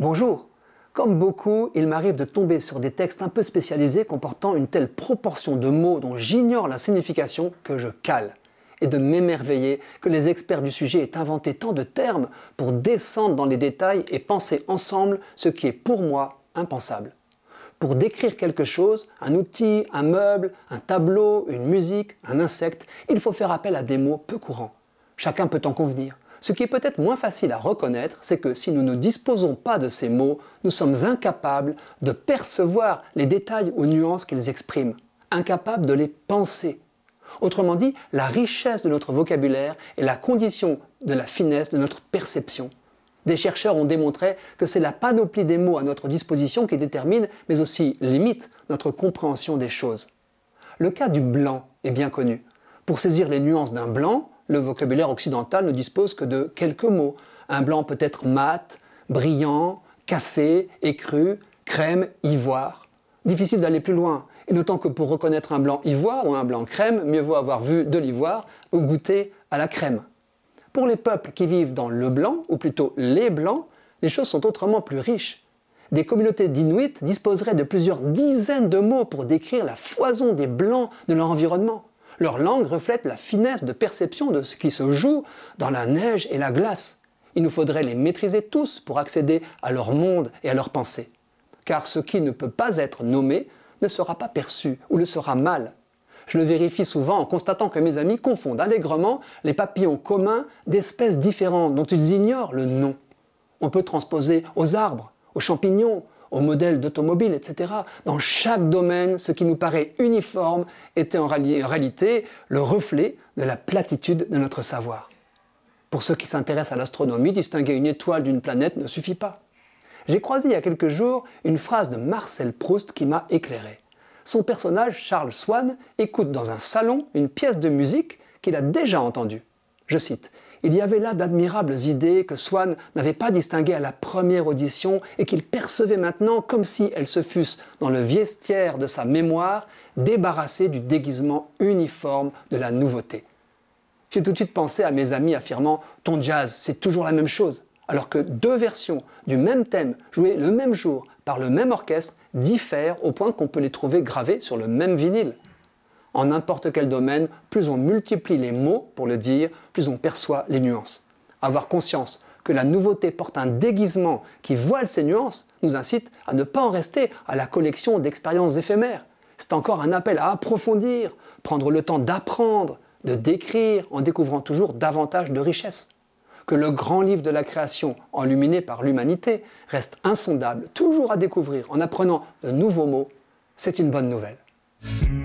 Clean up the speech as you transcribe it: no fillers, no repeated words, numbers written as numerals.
Bonjour. Comme beaucoup, il m'arrive de tomber sur des textes un peu spécialisés comportant une telle proportion de mots dont j'ignore la signification que je cale. Et de m'émerveiller que les experts du sujet aient inventé tant de termes pour descendre dans les détails et penser ensemble ce qui est pour moi impensable. Pour décrire quelque chose, un outil, un meuble, un tableau, une musique, un insecte, il faut faire appel à des mots peu courants. Chacun peut en convenir. Ce qui est peut-être moins facile à reconnaître, c'est que si nous ne disposons pas de ces mots, nous sommes incapables de percevoir les détails ou nuances qu'ils expriment, incapables de les penser. Autrement dit, la richesse de notre vocabulaire est la condition de la finesse de notre perception. Des chercheurs ont démontré que c'est la panoplie des mots à notre disposition qui détermine, mais aussi limite, notre compréhension des choses. Le cas du blanc est bien connu. Pour saisir les nuances d'un blanc, le vocabulaire occidental ne dispose que de quelques mots. Un blanc peut être mat, brillant, cassé, écru, crème, ivoire. Difficile d'aller plus loin. Et d'autant que pour reconnaître un blanc ivoire ou un blanc crème, mieux vaut avoir vu de l'ivoire ou goûter à la crème. Pour les peuples qui vivent dans le blanc, ou plutôt les blancs, les choses sont autrement plus riches. Des communautés d'Inuits disposeraient de plusieurs dizaines de mots pour décrire la foison des blancs de leur environnement. Leur langue reflète la finesse de perception de ce qui se joue dans la neige et la glace. Il nous faudrait les maîtriser tous pour accéder à leur monde et à leurs pensées. Car ce qui ne peut pas être nommé ne sera pas perçu ou le sera mal. Je le vérifie souvent en constatant que mes amis confondent allègrement les papillons communs d'espèces différentes dont ils ignorent le nom. On peut transposer aux arbres, aux champignons, aux modèles d'automobiles, etc. Dans chaque domaine, ce qui nous paraît uniforme était en réalité le reflet de la platitude de notre savoir. Pour ceux qui s'intéressent à l'astronomie, distinguer une étoile d'une planète ne suffit pas. J'ai croisé il y a quelques jours une phrase de Marcel Proust qui m'a éclairé. Son personnage, Charles Swann, écoute dans un salon une pièce de musique qu'il a déjà entendue. Je cite « Il y avait là d'admirables idées que Swann n'avait pas distinguées à la première audition et qu'il percevait maintenant comme si elles se fussent, dans le vestiaire de sa mémoire, débarrassées du déguisement uniforme de la nouveauté. » J'ai tout de suite pensé à mes amis affirmant « Ton jazz, c'est toujours la même chose », alors que deux versions du même thème, jouées le même jour par le même orchestre, diffèrent au point qu'on peut les trouver gravées sur le même vinyle. En n'importe quel domaine, plus on multiplie les mots pour le dire, plus on perçoit les nuances. Avoir conscience que la nouveauté porte un déguisement qui voile ces nuances nous incite à ne pas en rester à la collection d'expériences éphémères. C'est encore un appel à approfondir, prendre le temps d'apprendre, de décrire en découvrant toujours davantage de richesses. Que le grand livre de la création, enluminé par l'humanité, reste insondable, toujours à découvrir en apprenant de nouveaux mots, c'est une bonne nouvelle.